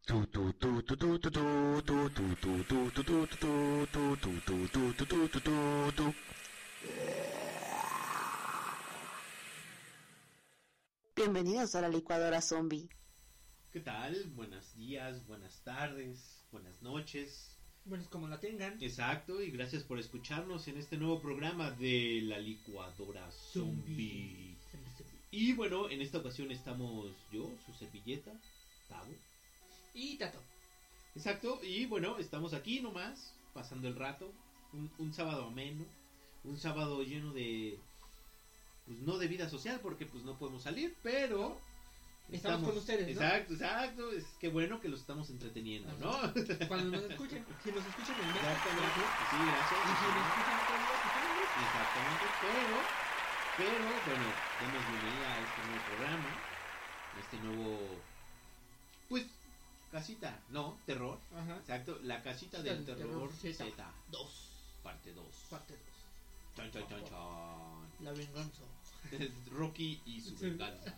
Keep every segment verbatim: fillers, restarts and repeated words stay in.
Bienvenidos a la licuadora zombie. ¿Qué tal? Buenos días, buenas tardes, buenas noches. Buenos como la tengan. Exacto, y gracias por escucharnos en este nuevo programa de la licuadora zombie. zombie. Y bueno, en esta ocasión estamos yo, su servilleta, Tavo. Y Tato. Exacto, y bueno, estamos aquí nomás, pasando el rato, un, un sábado ameno, un sábado lleno de, pues no de vida social porque pues no podemos salir, pero... Estamos, estamos con ustedes, ¿no? Exacto, exacto, es que bueno que los estamos entreteniendo, ¿no? Cuando nos escuchen, si nos escuchan en Exactamente, sí, gracias. Y si nos escuchan en Colombia, pues exactamente, pero, pero, bueno, damos bienvenida a este nuevo programa, a este nuevo, pues, casita, no, terror. Ajá. Exacto, la casita del, del terror, terror Z dos, parte dos. Parte dos. Chan, chan, chan, chan. La venganza. Rocky y su venganza.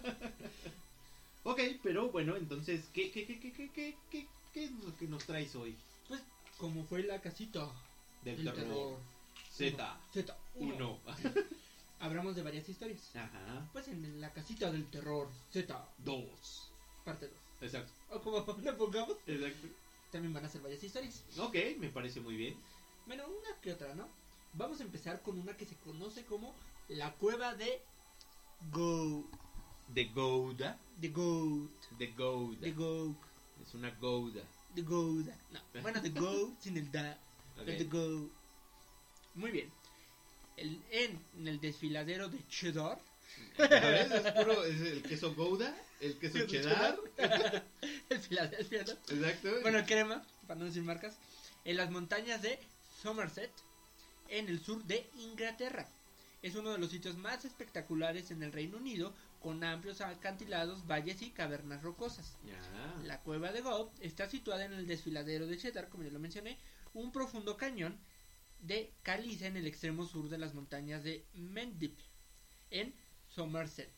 Ok, pero bueno, entonces, ¿qué, qué, qué, qué, qué, qué, qué, qué es lo que nos traes hoy? Pues, como fue la casita del, del terror, terror. Z uno. Hablamos de varias historias. Ajá. Pues en la casita del terror Z dos. Parte dos. Exacto. O como le pongamos. Exacto. También van a ser varias historias. Ok, me parece muy bien. Bueno, una que otra, ¿no? Vamos a empezar con una que se conoce como la cueva de Go. ¿De Gouda? De Goat. De Gouda. De Goat. Es una Gouda. De Gouda. No, bueno, de Go sin el da. Okay. De Go. Muy bien. El, en, en el desfiladero de cheddar. ¿Sabes? Es puro, es el queso Gouda, el queso ¿El cheddar. el filadero. Exacto. Bueno, crema, para no decir marcas. En las montañas de Somerset, en el sur de Inglaterra. Es uno de los sitios más espectaculares en el Reino Unido, con amplios acantilados, valles y cavernas rocosas. Yeah. La cueva de Goat está situada en el desfiladero de Cheddar, como ya lo mencioné, un profundo cañón de caliza en el extremo sur de las montañas de Mendip, en Somerset.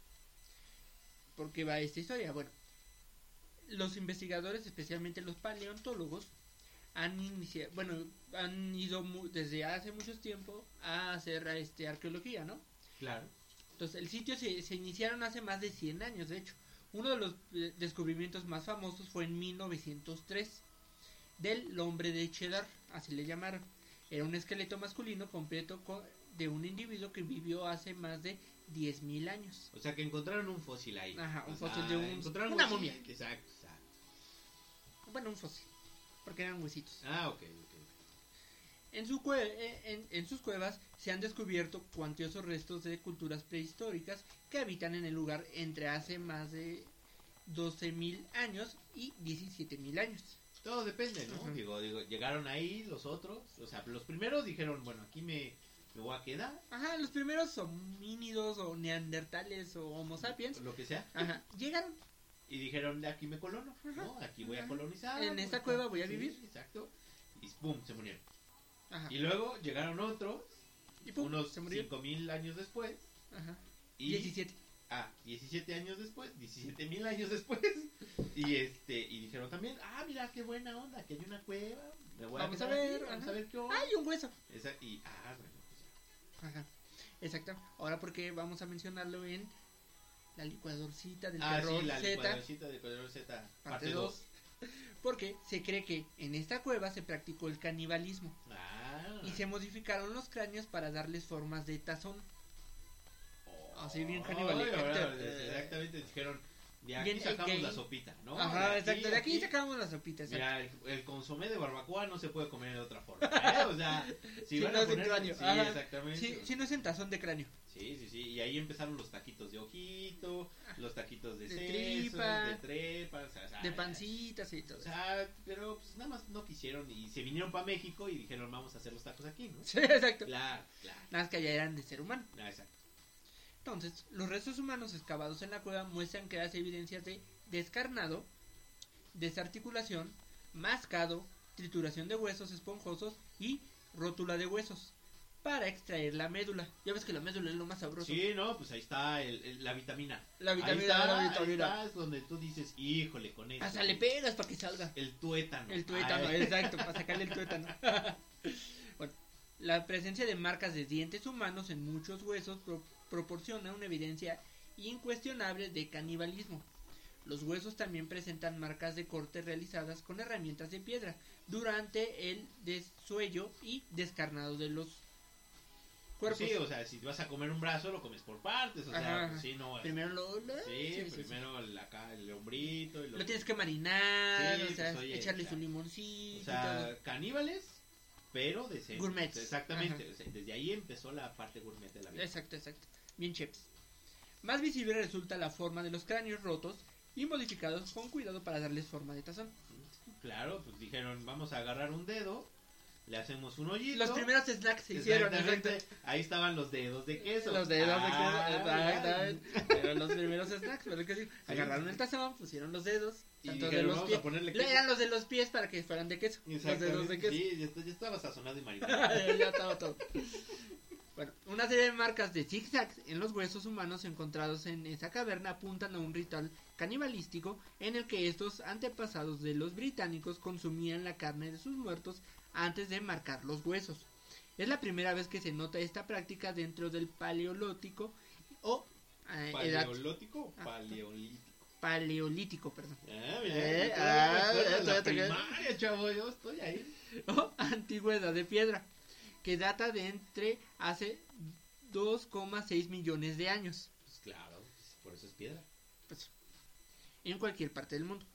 ¿Por qué va esta historia? Bueno, los investigadores, especialmente los paleontólogos, han iniciado, bueno, han ido mu- desde hace mucho tiempo a hacer este arqueología, ¿no? Claro. Entonces, el sitio se, se iniciaron hace más de cien años, de hecho. Uno de los eh, descubrimientos más famosos fue en mil novecientos tres, del hombre de Cheddar, así le llamaron. Era un esqueleto masculino completo con, de un individuo que vivió hace más de diez mil años. O sea, que encontraron un fósil ahí. Ajá, un o fósil sea, de un, encontraron una un momia. Exacto, exacto. Bueno, un fósil, porque eran huesitos. Ah, ok, ok. En, su cue- en, en sus cuevas se han descubierto cuantiosos restos de culturas prehistóricas que habitan en el lugar entre hace más de doce mil años y diecisiete mil años. Todo depende, ¿no? Uh-huh. Digo, digo, llegaron ahí los otros, o sea, los primeros dijeron, bueno, aquí me, me voy a quedar. Ajá, los primeros homínidos o neandertales o homo sapiens. Lo que sea. Ajá, llegaron. Y dijeron, de aquí me colono, ¿no? Aquí voy a colonizar. En esta cueva voy a vivir. Sí, exacto. Y pum, se murieron. Ajá. Y luego llegaron otros, Y pum, unos se murieron. cinco mil años después. Ajá. Y, diecisiete. Ah, diecisiete años después, diecisiete mil años después. Y este, y dijeron también, ah, mira qué buena onda, que hay una cueva. Me voy Vamos a, a ver, aquí, vamos ajá. a ver qué onda. ¡Ay, un hueso! Esa, y, ah, bueno, pues ya. Ajá. Exacto. Ahora porque vamos a mencionarlo en la licuadorcita del Ah, terror sí, la Z, licuadorcita del terror Z, parte dos. Porque se cree que en esta cueva se practicó el canibalismo. Ah. Y se modificaron los cráneos para darles formas de tazón. Así bien caníbal. Ay, ahora, exactamente, dijeron, de aquí Bien sacamos gay. la sopita, ¿no? Ajá, de exacto, de aquí sacamos la sopita. Exacto. Mira, el, el consomé de barbacoa no se puede comer de otra forma, ¿eh? O sea, si Si van no a es de poner... cráneo. Sí, Ajá. exactamente. Si, si no es en tazón de cráneo. Sí, sí, sí, y ahí empezaron los taquitos de ojito, los taquitos de, De sesos, tripa, de trepa, o sea, o sea, De pancitas y todo. O sea, pero pues nada más no quisieron y se vinieron para México y dijeron, vamos a hacer los tacos aquí, ¿no? Sí, exacto. Claro, claro. Nada más que allá eran de ser humano. Ah, exacto. Entonces, los restos humanos excavados en la cueva muestran claras evidencias de descarnado, desarticulación, mascado, trituración de huesos esponjosos y rótula de huesos. para extraer la médula. Ya ves que la médula es lo más sabroso. Sí, no, pues ahí está el, el- la vitamina. La vitamina, ahí está, la vitamina. Ahí está, es donde tú dices, híjole, con esto. Hasta le pegas para que salga. El tuétano. El tuétano, Ay. exacto, para sacarle el tuétano. Bueno, la presencia de marcas de dientes humanos en muchos huesos pro- proporciona una evidencia incuestionable de canibalismo. Los huesos también presentan marcas de corte realizadas con herramientas de piedra durante el desuello y descarnado de los cuerpos. Sí, o sea, si vas a comer un brazo, lo comes por partes, o sea, Ajá. pues sí, no. Primero lo, lo- Sí, sí, sí, sí. primero el, acá, el hombrito. Y Lo tienes que marinar, Sí, o sea, pues, oye, echarle o sea, su limoncito O y sea, todo. caníbales, pero de ser- Gourmets. Exactamente, Ajá. o sea, desde ahí empezó la parte gourmet de la vida. Exacto, exacto. Bien chefs. Más visible resulta la forma de los cráneos rotos y modificados con cuidado para darles forma de tazón. Claro, pues dijeron, vamos a agarrar un dedo, le hacemos un hoyito. Los primeros snacks se hicieron, Exactamente, exacto. ahí estaban los dedos de queso. Los dedos Ah, de queso, mira. exactamente. Eran los primeros snacks, ¿verdad que sí? Agarraron el tazón, pusieron los dedos, Y tanto de dijeron, los vamos pies. a ponerle Lo- queso. Eran los de los pies para que fueran de queso. Los dedos de queso. Sí, ya, está- ya estaba sazonado y marinado. Ya estaba todo. Bueno, una serie de marcas de zigzags en los huesos humanos encontrados en esa caverna apuntan a un ritual canibalístico en el que estos antepasados de los británicos consumían la carne de sus muertos antes de marcar los huesos. Es la primera vez que se nota esta práctica dentro del paleolítico o eh, edad ¿Paleolótico o Ah. paleolítico? paleolítico, perdón. Ah, mira, Eh, yo todavía ah, me acuerdo de todavía la te quedas. primaria, chavo, yo estoy ahí. O antigüedad de piedra, que data de entre hace dos coma seis millones de años. Pues claro, pues, por eso es piedra. Pues, en cualquier parte del mundo.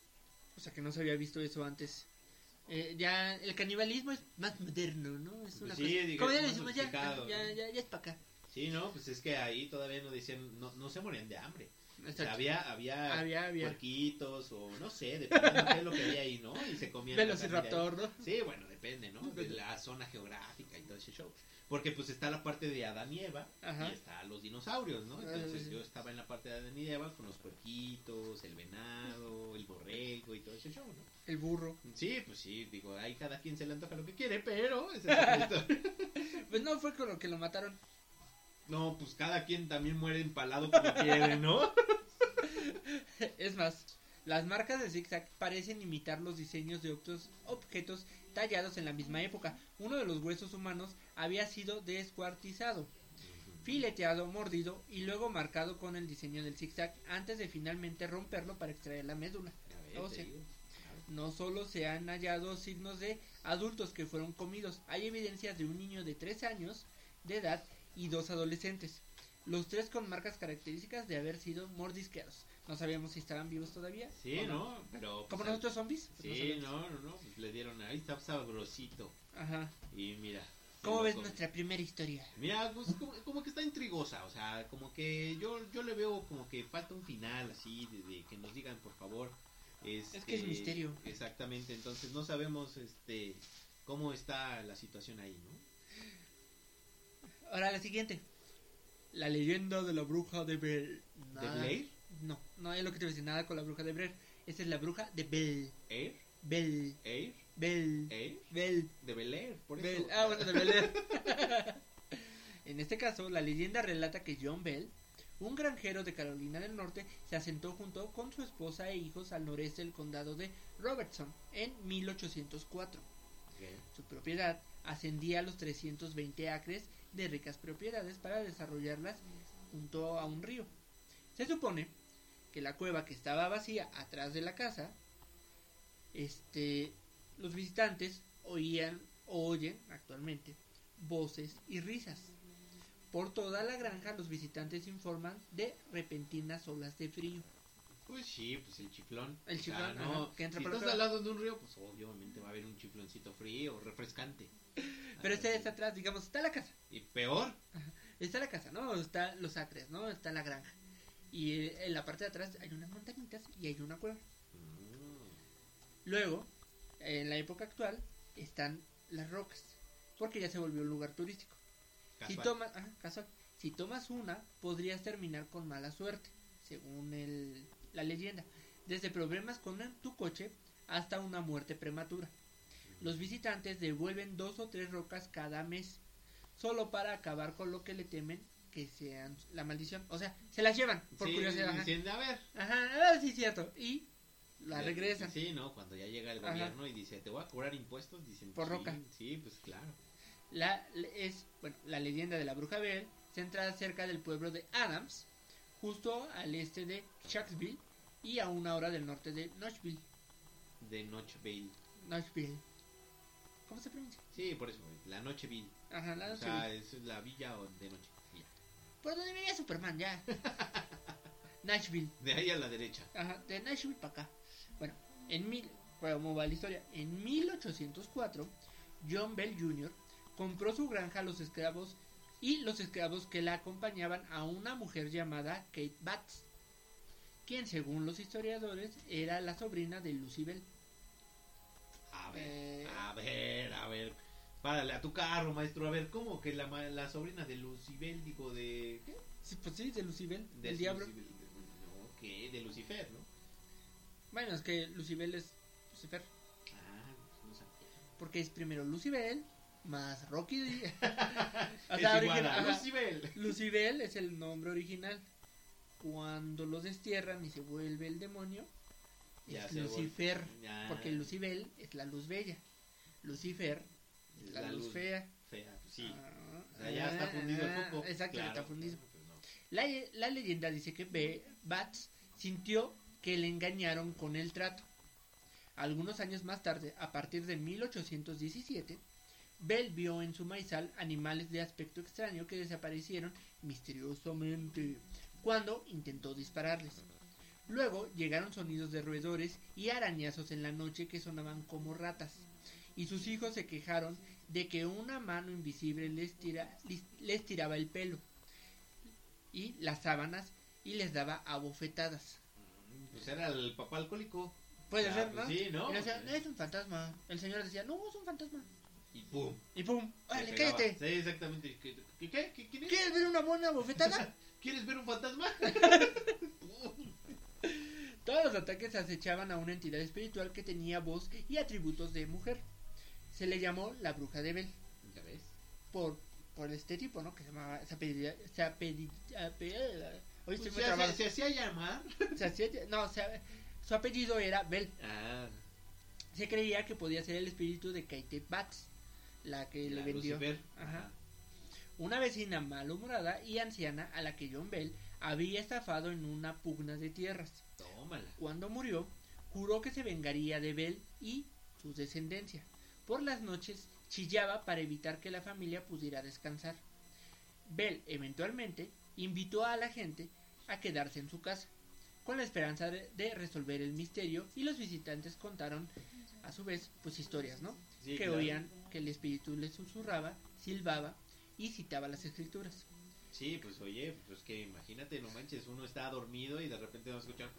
O sea que no se había visto eso antes. Eh, ya el canibalismo es más moderno, ¿no? Es una Pues sí, cosa. diga, Como ya es le más decimos, ya, sofisticado, ya, ¿no? ya, ya es para acá. Sí, no, pues es que ahí todavía no decían, no, no se morían de hambre. O sea, Exacto. había, había, Había, había. puerquitos o no sé, dependiendo de qué es lo que había ahí, ¿no? Y se comían. la Velociraptor, carne de ahí. ¿no? Sí, bueno, depende, ¿no? De la zona geográfica y todo ese show. Porque pues está la parte de Adán y Eva Ajá. y está los dinosaurios, ¿no? Ah, Entonces sí, sí. yo estaba en la parte de Adán y Eva con los puerquitos, el venado, el borrego y todo ese show, ¿no? El burro. Sí, pues sí, digo, ahí cada quien se le antoja lo que quiere, pero esa es otra historia. Pues no fue con lo que lo mataron. No, pues cada quien también muere empalado como quiere, ¿no? Es más, las marcas de zigzag parecen imitar los diseños de otros objetos tallados en la misma época. Uno de los huesos humanos había sido descuartizado, fileteado, mordido y luego marcado con el diseño del zigzag antes de finalmente romperlo para extraer la médula. A ver, O te sea, digo. no solo se han hallado signos de adultos que fueron comidos, hay evidencias de un niño de tres años de edad y dos adolescentes, los tres con marcas características de haber sido mordisqueados. No sabíamos si estaban vivos todavía. Sí, o ¿no? Pero... ¿Como pues, nosotros zombies? Pues no Sí, sabemos. no, no, no, pues le dieron, ahí está sabrosito. Ajá. Y mira. ¿Cómo se lo ves come. nuestra primera historia? Mira, pues como, como que está intrigosa, o sea, como que yo yo le veo como que falta un final así, de, de que nos digan por favor. Este, Es que es misterio. Exactamente, entonces no sabemos este cómo está la situación ahí, ¿no? Ahora la siguiente. La leyenda de la bruja de Bell. ¿De Blair? No, no es lo que te voy a decir, nada con la bruja de Blair. Esa es la bruja de Bell. ¿Air? Bell. ¿Air? Bell. ¿Air? Bell. De Bel Air, por Bell. eso. Ah, bueno, de Bel Air. En este caso, la leyenda relata que John Bell, un granjero de Carolina del Norte, se asentó junto con su esposa e hijos al noreste del condado de Robertson en mil ochocientos cuatro. Ok. Su propiedad ascendía a los trescientos veinte acres de ricas propiedades para desarrollarlas junto a un río. Se supone que la cueva que estaba vacía atrás de la casa, este, los visitantes oían o oyen actualmente voces y risas. Por toda la granja los visitantes informan de repentinas olas de frío. Pues sí, pues el chiflón. El O sea, chiflón, no, ajá, que entra si por la estás cueva. al lado de un río, pues obviamente va a haber un chifloncito frío, refrescante. Pero Ah, este está atrás, digamos, está la casa. Y peor, Está la casa, ¿no? Está los acres, ¿no? Está la granja. Y eh, en la parte de atrás hay unas montañitas y hay una cueva. mm, Luego, en la época actual, están las rocas. Porque ya se volvió un lugar turístico. Si casual. tomas, ajá, casual. Si tomas una, podrías terminar con mala suerte, según el, la leyenda. Desde problemas con el- tu coche hasta una muerte prematura. Los visitantes devuelven dos o tres rocas cada mes. solo para acabar con lo que le temen que sean la maldición. O sea, se las llevan por Sí, curiosidad. Ajá. diciendo, a ver. Ajá, a ver si es cierto. Y la Eh, regresan. Sí, no, cuando ya llega el Ajá. gobierno y dice, te voy a cobrar impuestos, dicen, Por sí, roca. Sí, pues claro. La, es, bueno, la leyenda de la bruja Bell centra cerca del pueblo de Adams, justo al este de Sharksville y a una hora del norte de Nashville. De Nocheville. Nashville. ¿Cómo se pronuncia? Sí, por eso, güey, la Nocheville. Ajá, la O Nashville. sea, es la villa o- de noche. Ya. Por donde vivía Superman, ya. Nashville. De ahí a la derecha. Ajá, de Nashville para acá. Bueno, en mil, ¿cómo va la historia? En mil ochocientos cuatro, John Bell junior compró su granja a los esclavos y los esclavos que la acompañaban a una mujer llamada Kate Batts, quien según los historiadores era la sobrina de Lucy Bell. A ver, Eh. a ver, a ver. Párale a tu carro, maestro. A ver, ¿cómo que la, ma- la sobrina de Lucibel, digo, de... ¿qué? Sí, pues sí, de Lucy Bell, De del diablo. Lucibel, no, ¿qué? De Lucifer, ¿no? Bueno, es que Lucy Bell es Lucifer, Ah, no sabía. porque es primero Lucy Bell más Rocky. O Es sea, igual original- a ajá. Lucibel. Lucibel es el nombre original. Cuando los destierran y se vuelve el demonio, Ya es se Lucifer. vol- ya. Porque Lucibel es la luz bella. Lucifer es la, luz, fea. Fea, pues sí. Ah, O sea, ya está fundido el ah, foco. Exacto, ya Claro, está fundido. claro, pues no. La, la leyenda dice que B- Bats sintió que le engañaron con el trato. Algunos años más tarde, a partir de mil ochocientos diecisiete, Bell vio en su maizal animales de aspecto extraño que desaparecieron misteriosamente cuando intentó dispararles. Luego llegaron sonidos de roedores y arañazos en la noche que sonaban como ratas, y sus hijos se quejaron de que una mano invisible les, tira, les, les tiraba el pelo y las sábanas y les daba abofetadas. Pues era el papá alcohólico. Puede Ah, ser, pues ¿no? sí, ¿no? Y le decía, es un fantasma. El señor decía, no, es un fantasma. Y pum. Y pum, le órale, pegaba. cállate. Sí, exactamente. ¿Qué, qué, qué, qué- quién es? ¿Quieres ver una buena bofetada? ¿Quieres ver un fantasma? Todos los ataques acechaban a una entidad espiritual que tenía voz y atributos de mujer. Se le llamó la bruja de Bell Ya ves. por, por este tipo, ¿no? Que se llamaba, se apellidaba, se apellidaba, ape- hoy estoy Pues muy se, trabado. hacía, se hacía llamar. Se hacía- no, se- su apellido era Bell. Ah, Se creía que podía ser el espíritu de Kate Batts, la que le la vendió. Lucifer. Ajá. Una vecina malhumorada y anciana a la que John Bell había estafado en una pugna de tierras. Tómala. Cuando murió, juró que se vengaría de Bell y su descendencia. Por las noches chillaba para evitar que la familia pudiera descansar. Bell eventualmente invitó a la gente a quedarse en su casa, con la esperanza de, de resolver el misterio, y los visitantes contaron a su vez pues historias, ¿no? Sí, que claro. oían que el espíritu les susurraba, silbaba y citaba las escrituras. Sí, pues oye, pues que imagínate, no manches, uno está dormido y de repente nos escuchan.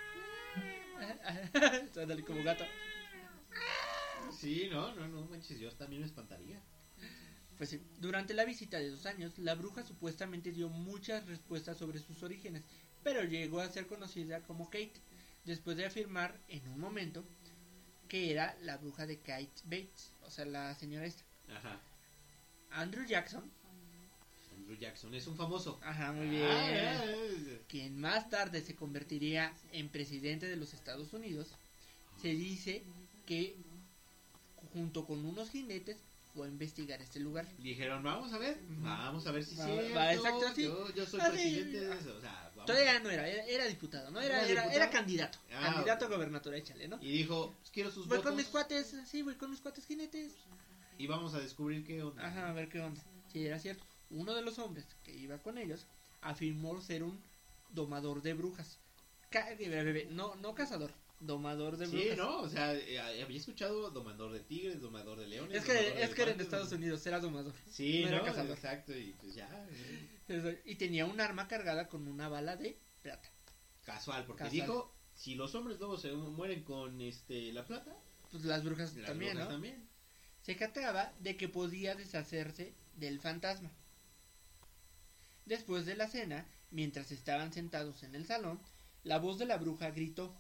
Ándale, como gato. Sí, no, no, no manches, yo también me espantaría. Pues sí, durante la visita de dos años, la bruja supuestamente dio muchas respuestas sobre sus orígenes, pero llegó a ser conocida como Kate, después de afirmar en un momento que era la bruja de Kate Bates, o sea, la señora esta. Ajá. Andrew Jackson, Andrew Jackson es un famoso. ajá, muy bien, Ah, ah, ah. quien más tarde se convertiría en presidente de los Estados Unidos, se dice que junto con unos jinetes fue a investigar este lugar. Dijeron, vamos a ver, Ujú. vamos a ver si Va- es cierto. va, exacto, sí. Yo, yo soy Ah, sí. presidente de eso. O sea, vamos Todavía a- no era, era, era diputado, ¿no? Era, ¿Era era, diputado? era candidato, Ah, candidato a ok. gobernador, échale, ¿no? Y dijo, pues quiero sus Voy votos con mis cuates, sí, voy con mis cuates jinetes. y vamos a descubrir qué onda. Ajá, a ver qué onda. Sí, era cierto. Uno de los hombres que iba con ellos afirmó ser un domador de brujas. Ca- no, no cazador, domador de Sí, brujas. ¿no? O sea, eh, había escuchado domador de tigres, domador de leones. Es que, domador de es que era en elefantes, Estados Unidos, era domador. Sí, no ¿no? era cazador. Exacto, y pues ya. eh, Eso, y tenía un arma cargada con una bala de plata. Casual, porque Casual. dijo, si los hombres lobos se mueren con este la plata, Pues las brujas las también, brujas ¿no? también. Se trataba de que podía deshacerse del fantasma. Después de la cena, mientras estaban sentados en el salón, la voz de la bruja gritó,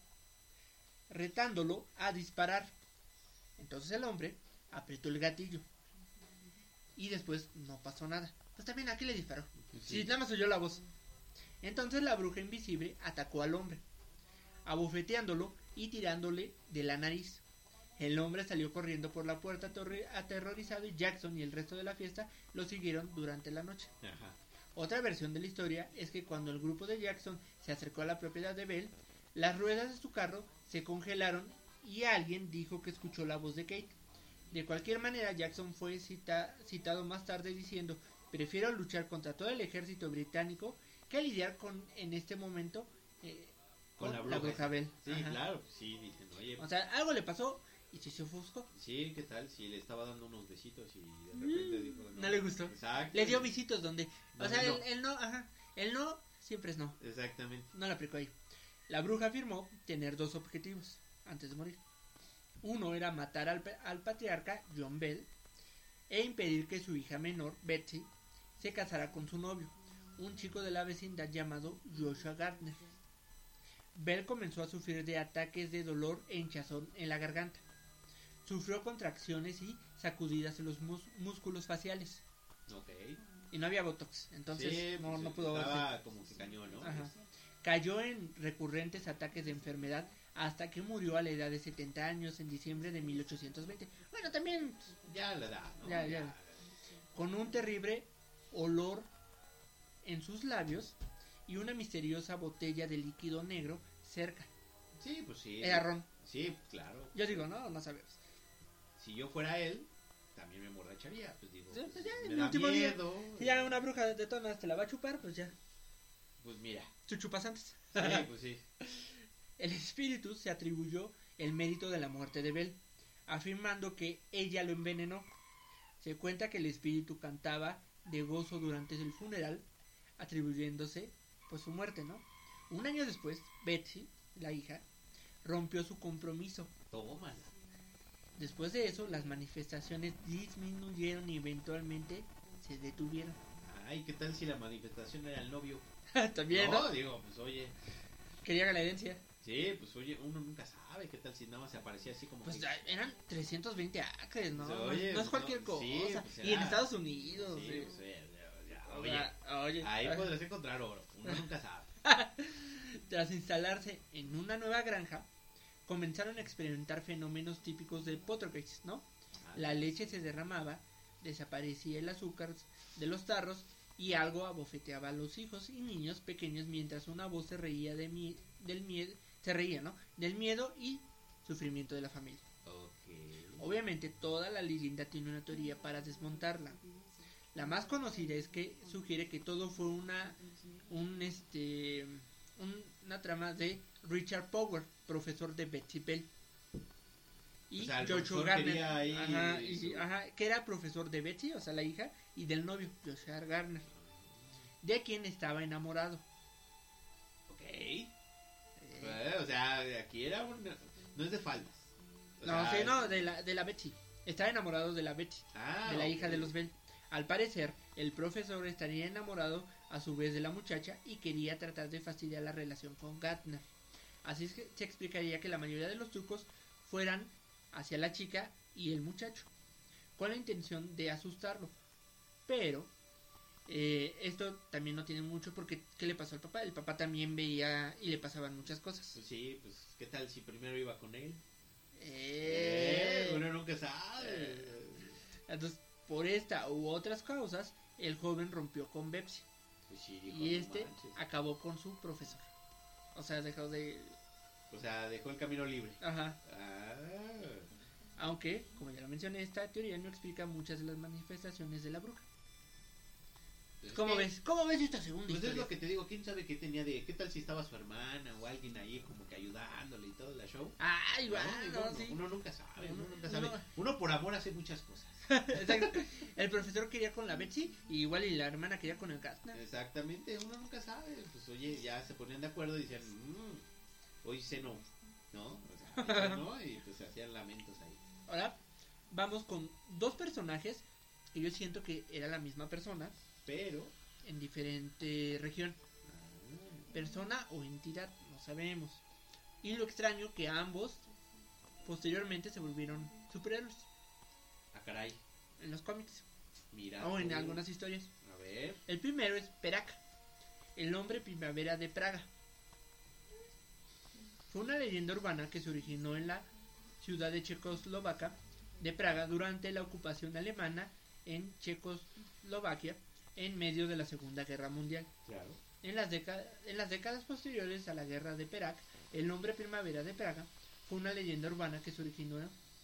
retándolo a disparar. Entonces el hombre apretó el gatillo. y después no pasó nada. Pues también, ¿a qué le disparó? Sí. Si nada más oyó la voz. Entonces la bruja invisible atacó al hombre, abofeteándolo y tirándole de la nariz. El hombre salió corriendo por la puerta aterri- aterrorizado y Jackson y el resto de la fiesta lo siguieron durante la noche. Ajá. Otra versión de la historia es que cuando el grupo de Jackson se acercó a la propiedad de Bell, las ruedas de su carro se congelaron y alguien dijo que escuchó la voz de Kate. De cualquier manera, Jackson fue cita- citado más tarde diciendo: prefiero luchar contra todo el ejército británico que lidiar con, en este momento, eh, Con con la la bruja. bruja Bell. Sí, Ajá. claro, sí, dicen, oye, O sea, algo le pasó y se se ofuscó. sí, ¿qué tal? Si le estaba dando unos besitos y de repente dijo... Mm, no le gustó. Exacto. Le dio besitos donde... O Donde sea, no. el, el no, ajá. El no siempre es no. Exactamente. No la aplicó ahí. La bruja afirmó tener dos objetivos antes de morir. Uno era matar al, pa- al patriarca John Bell e impedir que su hija menor, Betsy, se casara con su novio, un chico de la vecindad llamado Joshua Gardner. Bell comenzó a sufrir de ataques de dolor e hinchazón en la garganta. Sufrió contracciones y sacudidas en los mus- músculos faciales. Ok. Y no había botox, entonces sí, no, pues, no pudo verse. estaba como que cañón, ¿no? Ajá. Cayó en recurrentes ataques de enfermedad hasta que murió a la edad de setenta años en diciembre de mil ochocientos veinte. Bueno, también Ya la da, ¿no? Ya, ya. con un terrible olor en sus labios y una misteriosa botella de líquido negro cerca. Sí, pues sí. Era ron. Sí, claro. Yo digo, no, no sabemos. Si yo fuera él, también me emborracharía. Pues digo, Sí, pues, pues ya, me en el da último día. miedo. Si ya una bruja de todas te la va a chupar, pues ya. Pues mira. Tú chupas antes. Sí, pues sí. El espíritu se atribuyó el mérito de la muerte de Bell, afirmando que ella lo envenenó. Se cuenta que el espíritu cantaba de gozo durante el funeral, atribuyéndose pues su muerte, ¿no? Un año después, Betsy, la hija, rompió su compromiso. Tómala. Después de eso, las manifestaciones disminuyeron y eventualmente se detuvieron. Ay, ¿qué tal si la manifestación era el novio? También, no, ¿no? digo, pues oye. Quería la herencia. Sí, pues oye, uno nunca sabe. ¿Qué tal si nada más se aparecía así como Pues que... ya eran trescientos veinte acres, ¿no? Pues, No- oye, no es pues, cualquier no, cosa. sí, pues, y en era- Estados Unidos. Sí, sí. pues, eh, ya, ya, O oye, sea, oye, ahí ah, podrás encontrar oro. Uno nunca sabe. Tras instalarse en una nueva granja, comenzaron a experimentar fenómenos típicos de poltergeist, ¿no? La leche se derramaba, desaparecía el azúcar de los tarros y algo abofeteaba a los hijos y niños pequeños mientras una voz se reía de mie- del miedo, se reía, ¿no? Del miedo y sufrimiento de la familia. Ok. Obviamente toda la leyenda tiene una teoría para desmontarla. La más conocida es que sugiere que todo fue una un este un- una trama de Richard Power, profesor de Betsy Bell. Y O sea, el Joshua profesor Gardner, quería ahí ajá, y- su- ajá, que era profesor de Betsy, o sea, la hija, y del novio, Joshua Gardner, de quien estaba enamorado. Ok. Eh, Eh, o sea, aquí era un... No es de faldas. O no, sea, sí, no, de la, de la Betsy. Estaba enamorado de la Betsy. Ah, de la ok. hija de los Bell. Al parecer, el profesor estaría enamorado a su vez de la muchacha y quería tratar de fastidiar la relación con Gardner. Así es que se explicaría que la mayoría de los trucos fueran hacia la chica y el muchacho, con la intención de asustarlo. Pero eh, esto también no tiene mucho porque ¿qué le pasó al papá? El papá también veía y le pasaban muchas cosas. Pues sí, pues ¿qué tal si primero iba con él? Eh, Eh, uno nunca sabe. Entonces, por esta u otras causas, el joven rompió con Betsy. Pues sí, dijo, Y no este manches. acabó con su profesor. O sea, dejó de... O sea, dejó el camino libre. Ajá. Ah. Aunque, como ya lo mencioné, esta teoría no explica muchas de las manifestaciones de la bruja. Pues ¿Cómo es que- ves? ¿Cómo ves esta segunda Pues es historia? lo que te digo, quién sabe qué tenía de... ¿Qué tal si estaba su hermana o alguien ahí como que ayudándole y todo la show? Ah, igual, No, no, uno, sí. uno nunca sabe, uno, Uno- nunca sabe. uno- Uno por amor hace muchas cosas. Exacto. El profesor quería con la Betsy y igual y la hermana quería con el Gardner. Exactamente, uno nunca sabe. Pues oye, ya se ponían de acuerdo y decían, mmm, hoy ceno, ¿no? O sea, ¿no? Y pues se hacían lamentos ahí. Ahora vamos con dos personajes que yo siento que era la misma persona Pero, en diferente región. ah, Persona o entidad, no sabemos. Y lo extraño que ambos posteriormente se volvieron superhéroes ah, caray. en los cómics. Mira. O en tú. algunas historias. A ver. El primero es Perak, el hombre primavera de Praga. Fue una leyenda urbana que se originó en la ciudad de checoslovaca de Praga durante la ocupación alemana en Checoslovaquia en medio de la Segunda Guerra Mundial. Claro. En las, décadas, en las décadas posteriores a la guerra de Perak, el hombre primavera de Praga fue una leyenda urbana que se originó,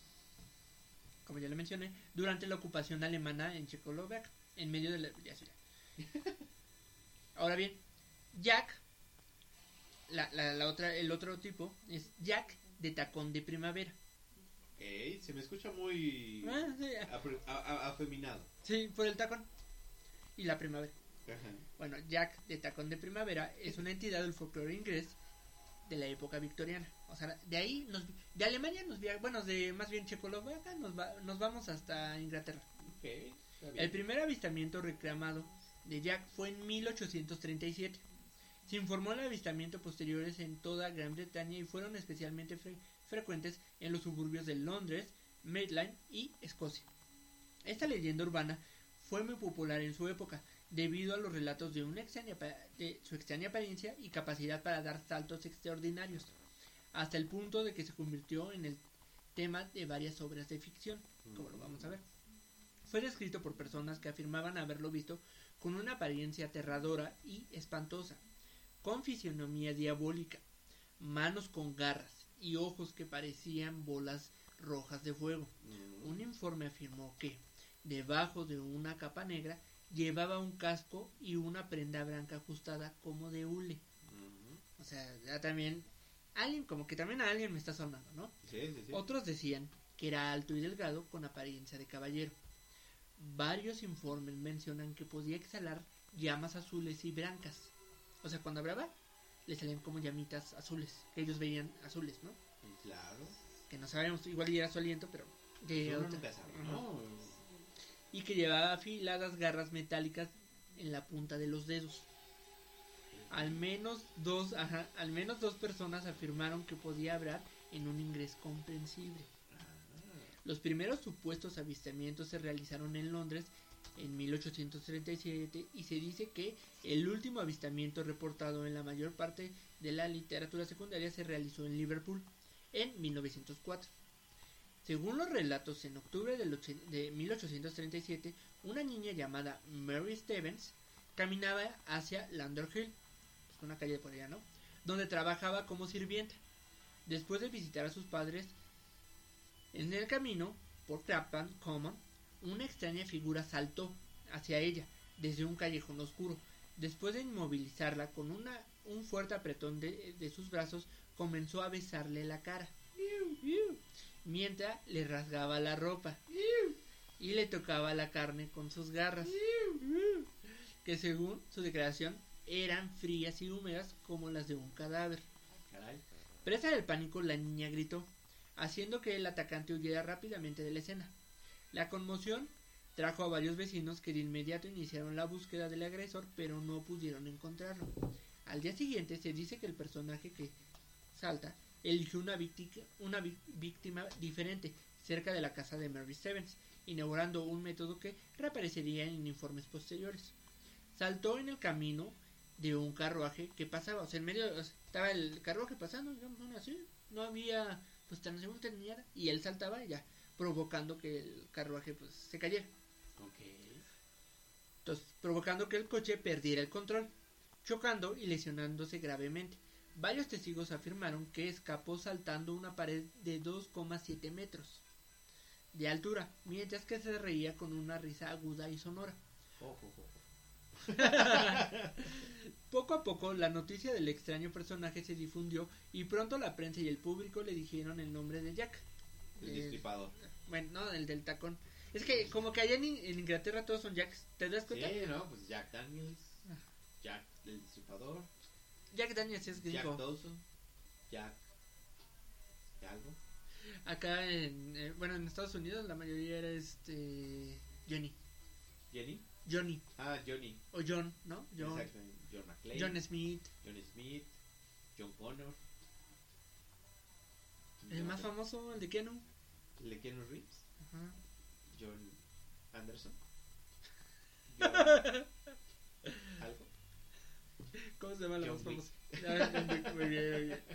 como ya le mencioné, durante la ocupación alemana en Checoslovaquia en medio de la... Ya, ya. Ahora bien, Jack, la, la, la otra, el otro tipo es Jack de tacón de primavera. Ok, se me escucha muy Ah, sí, apre- a- a- afeminado. sí, por el tacón y la primavera. Ajá. Bueno, Jack de tacón de primavera es una entidad del folclore inglés de la época victoriana. O sea, de ahí, nos, de Alemania nos via- bueno, de más bien Checoslovaquia nos, va, nos vamos hasta Inglaterra. Ok, está bien. El primer avistamiento reclamado de Jack fue en mil ochocientos treinta y siete. Se informó de avistamientos posteriores en toda Gran Bretaña y fueron especialmente fre- frecuentes en los suburbios de Londres, Maitland y Escocia. Esta leyenda urbana fue muy popular en su época debido a los relatos de, una extraña, pa- de su extraña apariencia y capacidad para dar saltos extraordinarios, hasta el punto de que se convirtió en el tema de varias obras de ficción, como lo vamos a ver. Fue descrito por personas que afirmaban haberlo visto con una apariencia aterradora y espantosa, con fisionomía diabólica, manos con garras y ojos que parecían bolas rojas de fuego. Mm. Un informe afirmó que, debajo de una capa negra, llevaba un casco y una prenda blanca ajustada como de hule. Ujú. O sea, ya también, alguien, como que también a alguien me está sonando, ¿no? Sí, sí, sí. Otros decían que era alto y delgado con apariencia de caballero. Varios informes mencionan que podía exhalar llamas azules y blancas. O sea, cuando hablaba, le salían como llamitas azules, que ellos veían azules, ¿no? Claro. Que no sabemos, igual y era su aliento, pero... de Uno otra- nunca sabe, Ajá. ¿no? Y que llevaba afiladas garras metálicas en la punta de los dedos. Al menos dos, ajá, al menos dos personas afirmaron que podía hablar en un inglés comprensible. Los primeros supuestos avistamientos se realizaron en Londres en mil ochocientos treinta y siete y se dice que el último avistamiento reportado en la mayor parte de la literatura secundaria se realizó en Liverpool en mil novecientos cuatro. Según los relatos, en octubre del och- de mil ochocientos treinta y siete, una niña llamada Mary Stevens caminaba hacia Landor-Hill, pues una calle de por allá, ¿no? Donde trabajaba como sirvienta. Después de visitar a sus padres, en el camino por Clapham Common, una extraña figura saltó hacia ella desde un callejón oscuro. Después de inmovilizarla con una, un fuerte apretón de, de sus brazos, comenzó a besarle la cara, mientras le rasgaba la ropa y le tocaba la carne con sus garras, que según su declaración eran frías y húmedas como las de un cadáver. Caray. Presa del pánico, la niña gritó, haciendo que el atacante huyera rápidamente de la escena. La conmoción trajo a varios vecinos que de inmediato iniciaron la búsqueda del agresor, pero no pudieron encontrarlo. Al día siguiente se dice que el personaje que salta eligió una, víctima, una vi- víctima diferente cerca de la casa de Mary Stevens, inaugurando un método que reaparecería en informes posteriores. Saltó en el camino de un carruaje que pasaba, o sea, en medio, o sea, estaba el carruaje pasando, digamos, no, así, no había pues tan seguro ni nada, y él saltaba y ya, provocando que el carruaje pues se cayera. Ok. Entonces, provocando que el coche perdiera el control, chocando y lesionándose gravemente. Varios testigos afirmaron que escapó saltando una pared de dos coma siete metros de altura, mientras que se reía con una risa aguda y sonora. Ojo, ojo. Poco a poco la noticia del extraño personaje se difundió y pronto la prensa y el público le dijeron el nombre de Jack. El Eh, destripador. bueno, no, el del tacón. Es que como que allá en, en Inglaterra todos son Jacks, ¿te das cuenta? Sí, ¿no? Pues Jack Daniels. Jack el destripador. Jack Daniels es Jack gringo. Dawson. Jack. ¿Qué algo? Acá en, eh, bueno, en Estados Unidos la mayoría era este Johnny. Jenny. Johnny Ah, Johnny. o John, ¿no? John. Exacto. John McClane. John Smith. John Smith. John Connor. El más famoso, el de Keanu. El de Keanu Reeves. Ajá. John Anderson. ¿Algo? ¿Cómo se llama la John más Wick. famosa? John Wick, muy bien, muy bien.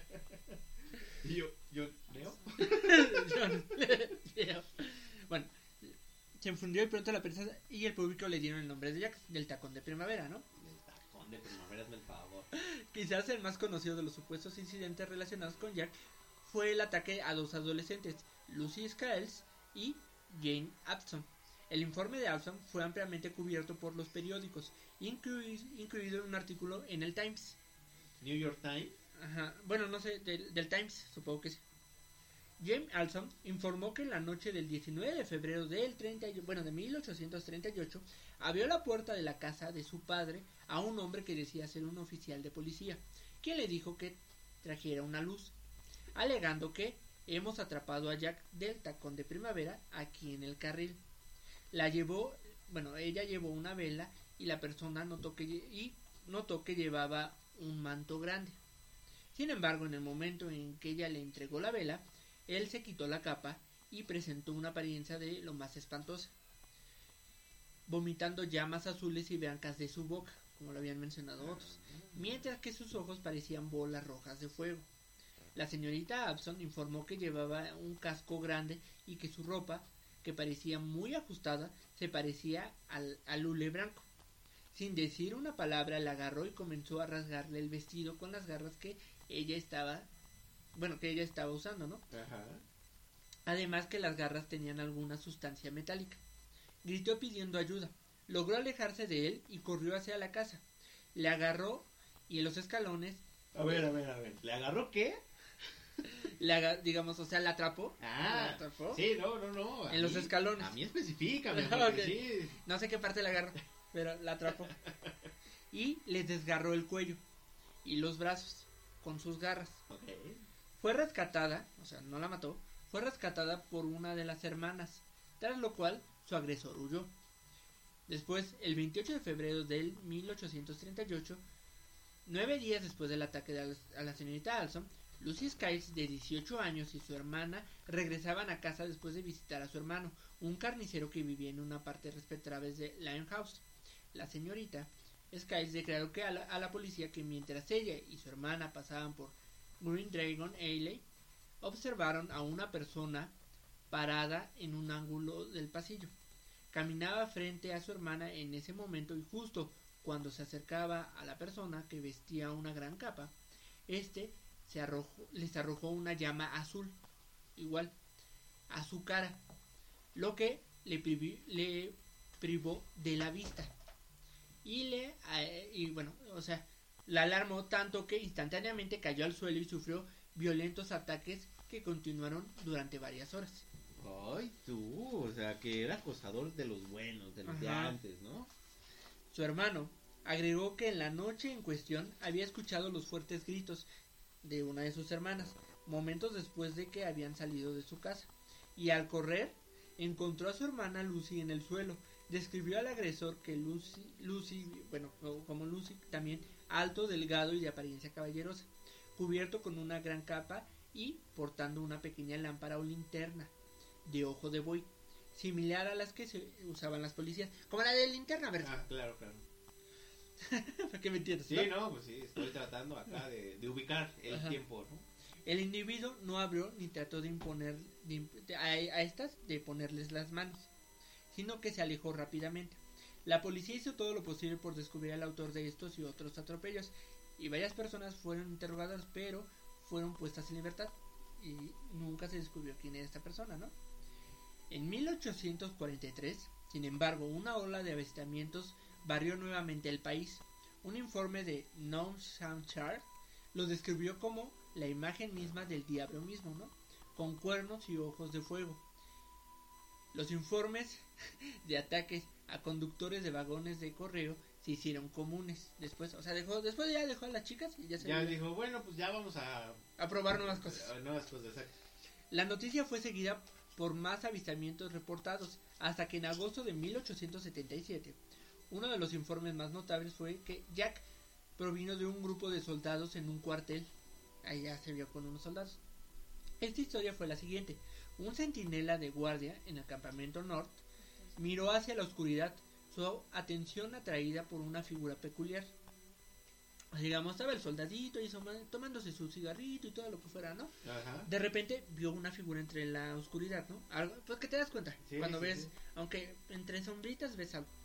Y yo, yo, ¿Leo? John Leo. Bueno, se infundió de pronto la prensa y el público le dieron el nombre de Jack, del tacón de primavera, ¿no? El tacón de primavera, hazme el favor. Quizás el más conocido de los supuestos incidentes relacionados con Jack fue el ataque a dos adolescentes, Lucy Scales y Jane Abson. El informe de Abson fue ampliamente cubierto por los periódicos, incluido, incluido un artículo en el Times. New York Times. Ajá, bueno, no sé, del, del Times, supongo que sí. Jane Alson informó que en la noche del diecinueve de febrero del treinta, bueno, de mil ochocientos treinta y ocho abrió la puerta de la casa de su padre a un hombre que decía ser un oficial de policía, quien le dijo que trajera una luz, alegando que hemos atrapado a Jack del tacón de primavera aquí en el carril. La llevó, bueno, ella llevó una vela y la persona notó que y notó que llevaba un manto grande. Sin embargo, en el momento en que ella le entregó la vela, él se quitó la capa y presentó una apariencia de lo más espantosa, vomitando llamas azules y blancas de su boca, como lo habían mencionado otros, mientras que sus ojos parecían bolas rojas de fuego. La señorita Abson informó que llevaba un casco grande y que su ropa, que parecía muy ajustada, se parecía al, al hule blanco. Sin decir una palabra, la agarró y comenzó a rasgarle el vestido con las garras que ella estaba, bueno, que ella estaba usando, ¿no? Ajá. Además que las garras tenían alguna sustancia metálica. Gritó pidiendo ayuda. Logró alejarse de él y corrió hacia la casa. Le agarró y en los escalones... A ver, a ver, a ver. ¿Le agarró qué? Le aga- digamos, o sea, la atrapó. Ah, ¿La atrapó? sí, no, no, no. a En los mí- escalones. A mí específicame, Ok. porque sí. No sé qué parte le agarró, pero la atrapó. Y le desgarró el cuello y los brazos con sus garras. Ok. Fue rescatada, o sea, no la mató, fue rescatada por una de las hermanas, tras lo cual su agresor huyó. Después, el veintiocho de febrero del mil ochocientos treinta y ocho, nueve días después del ataque de la, a la señorita Alson, Lucy Skiles, de dieciocho años, y su hermana regresaban a casa después de visitar a su hermano, un carnicero que vivía en una parte respetable de Limehouse. La señorita Skiles declaró que a la, a la policía que mientras ella y su hermana pasaban por Green Dragon Alley, observaron a una persona parada en un ángulo del pasillo. Caminaba frente a su hermana en ese momento y justo cuando se acercaba a la persona, que vestía una gran capa, este se arrojó, les arrojó una llama azul, igual, a su cara, lo que le, privi, le privó de la vista. Y le, eh, y bueno, o sea, la alarmó tanto que instantáneamente cayó al suelo y sufrió violentos ataques que continuaron durante varias horas. Ay, tú, o sea, que era acosador de los buenos, de los de Ajá. antes, ¿no? Su hermano agregó que en la noche en cuestión había escuchado los fuertes gritos de una de sus hermanas, momentos después de que habían salido de su casa, y al correr encontró a su hermana Lucy en el suelo. Describió al agresor que Lucy, Lucy, bueno, como Lucy, también alto, delgado y de apariencia caballerosa, cubierto con una gran capa y portando una pequeña lámpara o linterna de ojo de buey, similar a las que se usaban las policías, como la de linterna, ¿verdad? Ah, claro, claro. ¿Para qué me entiendes? Sí, ¿no? no, pues sí, estoy tratando acá de, de ubicar el Ajá. tiempo, ¿no? El individuo no abrió ni trató de imponer de imp- de- a, a estas de ponerles las manos, sino que se alejó rápidamente. La policía hizo todo lo posible por descubrir al autor de estos y otros atropellos, y varias personas fueron interrogadas, pero fueron puestas en libertad y nunca se descubrió quién era esta persona, ¿no? En mil ochocientos cuarenta y tres, sin embargo, una ola de avistamientos barrió nuevamente el país. Un informe de Noam Chomsky lo describió como la imagen misma del diablo mismo, ¿no? Con cuernos y ojos de fuego. Los informes de ataques a conductores de vagones de correo se hicieron comunes. Después, o sea, dejó, después ya dejó a las chicas y ya se Ya vio dijo, bueno, pues ya vamos a... a probar nuevas cosas. a nuevas cosas, exacto. La noticia fue seguida por más avistamientos reportados, hasta que en agosto de mil ochocientos setenta y siete, uno de los informes más notables fue que Jack provino de un grupo de soldados en un cuartel. Ahí ya se vio con unos soldados. Esta historia fue la siguiente. Un centinela de guardia en el campamento North miró hacia la oscuridad. su atención atraída por una figura peculiar. Digamos, estaba el soldadito y tomándose su cigarrito y todo lo que fuera, ¿no? Ajá. De repente vio una figura entre la oscuridad, ¿no? Algo, pues que te das cuenta, Sí, cuando sí, ves, sí. aunque entre sombritas ves algo.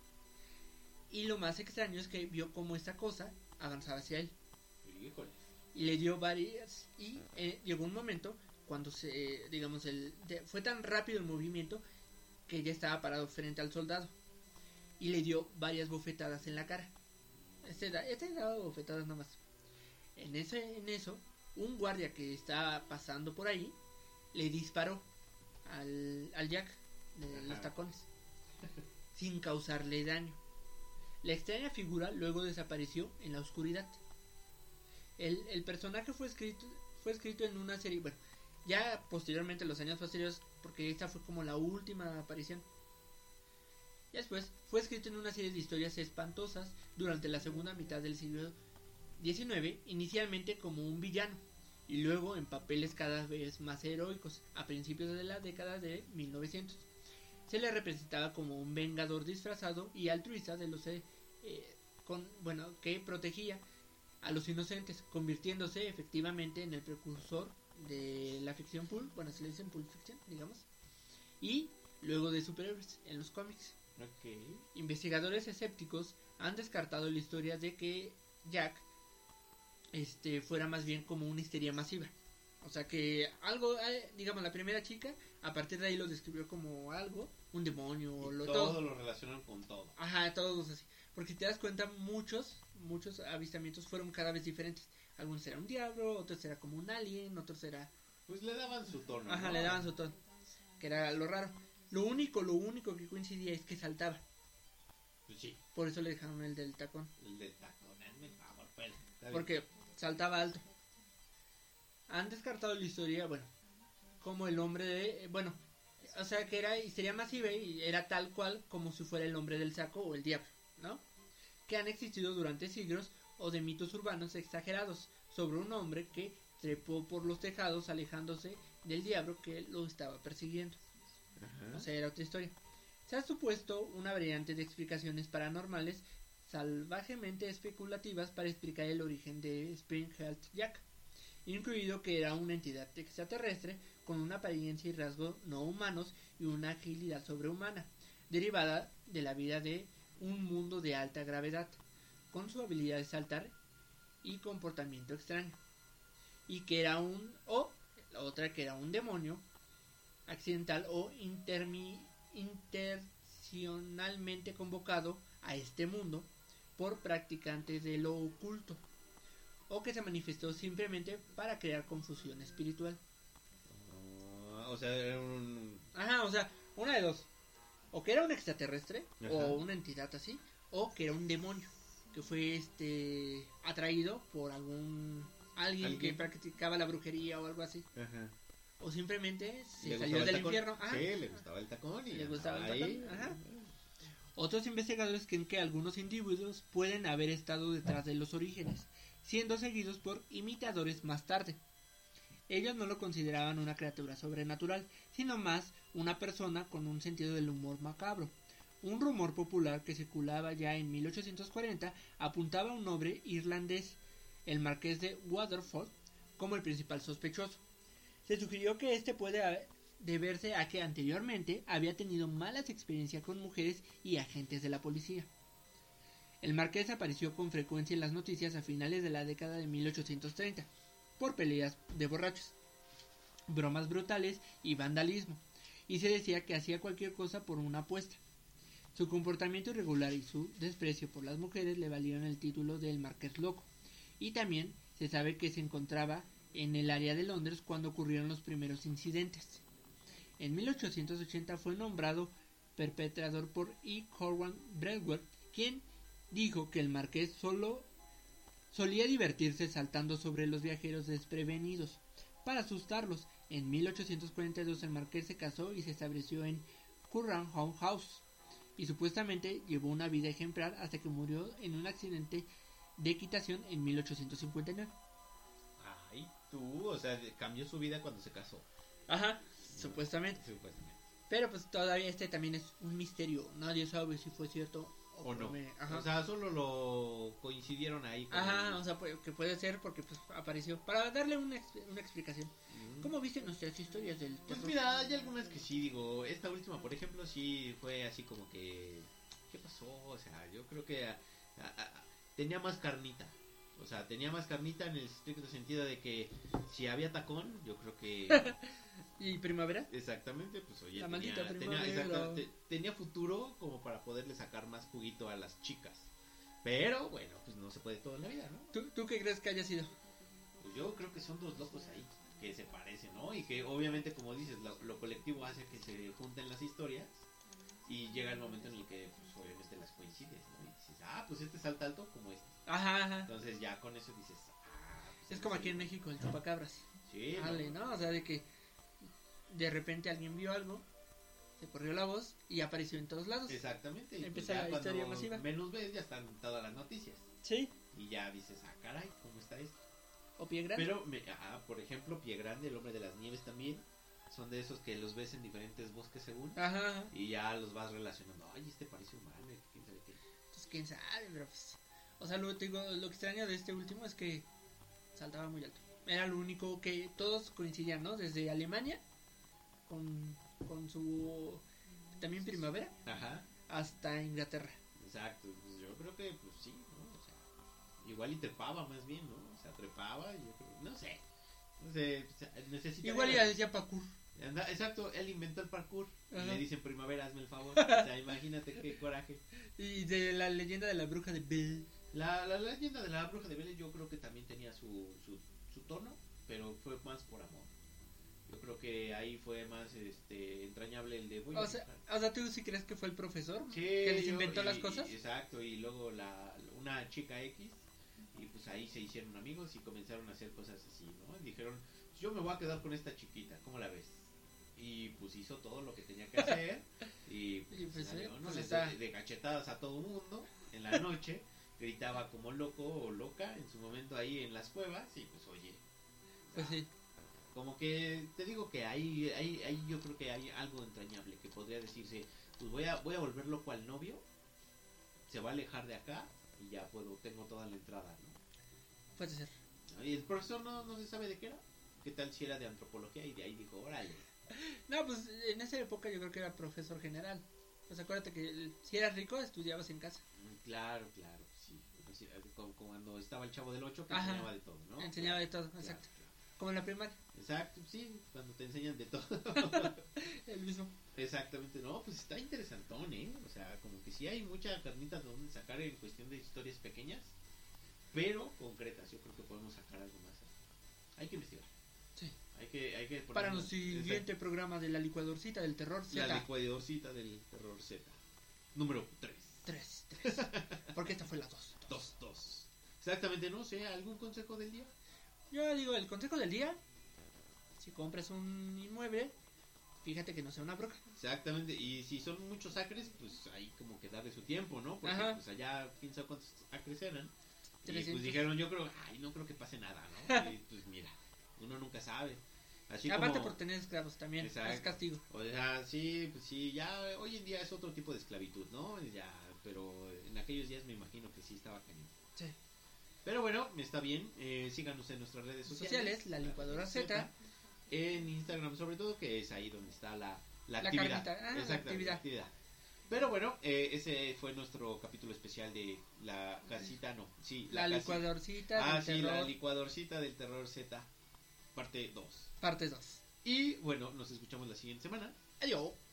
Y lo más extraño es que vio cómo esta cosa avanzaba hacia él. Híjole. Y le dio varias, y eh, llegó un momento cuando se, digamos, el de, fue tan rápido el movimiento que ya estaba parado frente al soldado. Y le dio varias bofetadas en la cara. Este, da, este daba bofetadas nomás. En, ese, en eso, un guardia que estaba pasando por ahí le disparó al, al Jack de Ajá. los tacones sin causarle daño. La extraña figura luego desapareció en la oscuridad. El, el personaje fue escrito fue escrito en una serie, bueno, ya posteriormente, los años posteriores, porque esta fue como la última aparición. Y después fue escrito en una serie de historias espantosas durante la segunda mitad del siglo diecinueve, inicialmente como un villano y luego en papeles cada vez más heroicos. A principios de la década de mil novecientos se le representaba como un vengador disfrazado y altruista de los eh, con, bueno, que protegía a los inocentes, convirtiéndose efectivamente en el precursor de la ficción pulp, bueno, se le dice pulp fiction, digamos, y luego de superhéroes en los cómics. Ok. Investigadores escépticos han descartado la historia de que Jack este fuera más bien como una histeria masiva. O sea que algo, digamos, la primera chica, a partir de ahí lo describió como algo, un demonio, Y lo, todo, todo lo relacionan con todo. Ajá, todos así. Porque te das cuenta, muchos, muchos avistamientos fueron cada vez diferentes. Algunos era un diablo, otros era como un alien, otros era... Pues le daban su tono. Ajá, ¿no? le daban su tono, que era lo raro. Lo único, lo único que coincidía es que saltaba. Pues sí, Por eso le dejaron el del tacón. el de tacón, hazme el favor, pues. Está bien. Porque saltaba alto. Han descartado la historia, bueno, como el hombre de... Bueno, o sea que era histeria masiva y era tal cual como si fuera el hombre del saco o el diablo, ¿no? Que han existido durante siglos, o de mitos urbanos exagerados sobre un hombre que trepó por los tejados alejándose del diablo que lo estaba persiguiendo. Ajá. O sea, era otra historia. Se ha supuesto una variante de explicaciones paranormales salvajemente especulativas para explicar el origen de Spring-Heeled Jack, incluido que era una entidad extraterrestre con una apariencia y rasgos no humanos y una agilidad sobrehumana, derivada de la vida de un mundo de alta gravedad, con su habilidad de saltar y comportamiento extraño, y que era un, o la otra que era un demonio accidental o intermi, intencionalmente convocado a este mundo por practicantes de lo oculto, o que se manifestó simplemente para crear confusión espiritual. Uh, o sea, era un... Ajá, o sea, una de dos. O que era un extraterrestre, Ajá. o una entidad así, o que era un demonio, que fue este atraído por algún alguien, ¿Alguien? que practicaba la brujería o algo así. Ajá. O simplemente se ¿Le salió gustaba el del tacón? infierno. Ajá. Sí, le gustaba el tacón y Le gustaba el andaba tacón, ajá. Otros investigadores creen que algunos individuos pueden haber estado detrás de los orígenes, siendo seguidos por imitadores más tarde. Ellos no lo consideraban una criatura sobrenatural, sino más una persona con un sentido del humor macabro. Un rumor popular que circulaba ya en mil ochocientos cuarenta apuntaba a un noble irlandés, el marqués de Waterford, como el principal sospechoso. Se sugirió que este puede deberse a que anteriormente había tenido malas experiencias con mujeres y agentes de la policía. El marqués apareció con frecuencia en las noticias a finales de la década de mil ochocientos treinta, por peleas de borrachos, bromas brutales y vandalismo, y se decía que hacía cualquier cosa por una apuesta. Su comportamiento irregular y su desprecio por las mujeres le valieron el título del Marqués Loco, y también se sabe que se encontraba en el área de Londres cuando ocurrieron los primeros incidentes. En mil ochocientos ochenta fue nombrado perpetrador por E. Corwan Bradworth, quien dijo que el marqués solo solía divertirse saltando sobre los viajeros desprevenidos para asustarlos. En mil ochocientos cuarenta y dos el marqués se casó y se estableció en Curran House, y supuestamente llevó una vida ejemplar hasta que murió en un accidente de equitación en mil ochocientos cincuenta y nueve. Ay, tú, o sea, cambió su vida cuando se casó. Ajá, supuestamente. Supuestamente. Pero pues todavía este también es un misterio. Nadie sabe si fue cierto o, O no. me- Ajá. O sea, solo lo coincidieron ahí. con Ajá, el- o sea, puede- que puede ser porque pues apareció. Para darle una, ex- una explicación. Mm. ¿Cómo viste nuestras historias del Pues terror? mira, hay algunas que sí, digo, esta última, por ejemplo, sí fue así como que, ¿qué pasó? O sea, yo creo que a- a- a- tenía más carnita, o sea, tenía más carnita en el estricto sentido de que si había tacón, yo creo que, ¿Y primavera? exactamente, pues oye, La tenía, maldita tenía, primavera. exacta- te- tenía futuro como para poderle sacar más juguito a las chicas, pero bueno, pues no se puede todo en la vida, ¿no? ¿Tú, ¿Tú qué crees que haya sido? Pues yo creo que son dos locos ahí que se parecen, ¿no? Y que obviamente, como dices, lo, lo colectivo hace que se junten las historias y llega el momento en el que, pues obviamente las coincides, ¿no? Y dices, ah, pues este salta alto como este. Ajá, ajá. Entonces ya con eso dices, ah, pues Es como aquí en sí. México, el chupacabras. Sí, Vale, ¿no? O sea, de que de repente alguien vio algo, se corrió la voz y apareció en todos lados. Exactamente. Y Empieza pues ya la cuando historia masiva. menos ves, ya están todas las noticias. Sí. Y ya dices, ah, caray, ¿cómo está esto? O pie grande. Pero, me, ah, por ejemplo, Pie Grande, el hombre de las nieves también, son de esos que los ves en diferentes bosques según. Ajá, ajá. Y ya los vas relacionando. Ay, este parece humano, quién sabe qué. Pues quién sabe, pero pues. O sea, lo, te digo, lo extraño de este último es que saltaba muy alto. Era lo único que todos coincidían, ¿no? Desde Alemania, con, con su. También primavera, Ajá, hasta Inglaterra. exacto. Pues yo creo que, pues sí, ¿no? O sea, igual y trepaba más bien, ¿no? O sea, trepaba y yo creo, no sé. No sé, o sea, necesita. Igual ya decía parkour. Anda, exacto, él inventó el parkour. Y Ajá. le dicen primavera, hazme el favor. O sea, imagínate qué coraje. Y de la leyenda de la bruja de Bell. La, la leyenda de la bruja de Vélez yo creo que también tenía su, su, su tono, pero fue más por amor. Yo creo que ahí fue más este entrañable el de voy a O sea, buscar. o sea, ¿tú sí crees que fue el profesor Sí, que les yo- inventó y- las cosas? y- exacto, y luego la, una chica X, y pues ahí se hicieron amigos y comenzaron a hacer cosas así, ¿no? Y dijeron, yo me voy a quedar con esta chiquita, ¿cómo la ves? Y pues hizo todo lo que tenía que hacer, y pues, Y pues, salió, eh, ¿no? pues Les está. de, de cachetadas a todo mundo en la noche, gritaba como loco o loca en su momento ahí en las cuevas, y pues oye, Pues sí. como que te digo que ahí, ahí, ahí yo creo que hay algo entrañable que podría decirse, pues voy a, voy a volver loco al novio, se va a alejar de acá y ya puedo, tengo toda la entrada, ¿no? Puede ser. Y el profesor no, no se sabe de qué era, qué tal si era de antropología y de ahí dijo, órale. No, pues en esa época yo creo que era profesor general. Pues acuérdate que el- si eras rico estudiabas en casa. Mm, Claro, claro, sí. Pues sí, como, como cuando estaba el Chavo del Ocho que Ajá. enseñaba de todo, ¿no? Enseñaba de Claro, todo, claro, exacto. claro. Como en la primaria. Exacto, sí, cuando te enseñan de todo. El mismo. Exactamente, no, pues está interesantón, ¿eh? O sea, como que sí hay mucha carnita donde sacar en cuestión de historias pequeñas, pero concretas. Yo creo que podemos sacar algo más. Hay que investigar. Sí. Hay que, hay que Para ponernos- nuestro siguiente programa de la licuadorcita del terror Exacto, la Z. licuadorcita del terror Z. Número tres. Tres, tres. Porque esta fue la dos. Dos, dos. Exactamente, no sé, ¿algún consejo del día? Yo digo, el consejo del día, si compras un inmueble, fíjate que no sea una broca. Exactamente, y si son muchos acres, pues hay como que darle su tiempo, ¿no? Porque Ajá. pues allá, quién sabe cuántos acres eran. Y trescientos. pues dijeron, yo creo, ay, no creo que pase nada, ¿no? Y pues mira, uno nunca sabe. Así Aparte como, por tener esclavos también, Exacto. es castigo. o sea, sí, pues sí, ya hoy en día es otro tipo de esclavitud, ¿no? Ya, pero en aquellos días me imagino que sí estaba cañón. Sí. Pero bueno, está bien, eh, síganos en nuestras redes sociales. Sociales, la licuadora Z. En Instagram sobre todo, que es ahí donde está la, la, La actividad. carnita, ah, la Exacto, actividad. Pero bueno, eh, ese fue nuestro capítulo especial de la casita, no, sí, La, casi- licuadorcita Ah, del sí, la terror, licuadorcita del terror Z, parte dos. parte dos. Y bueno, nos escuchamos la siguiente semana. Adiós.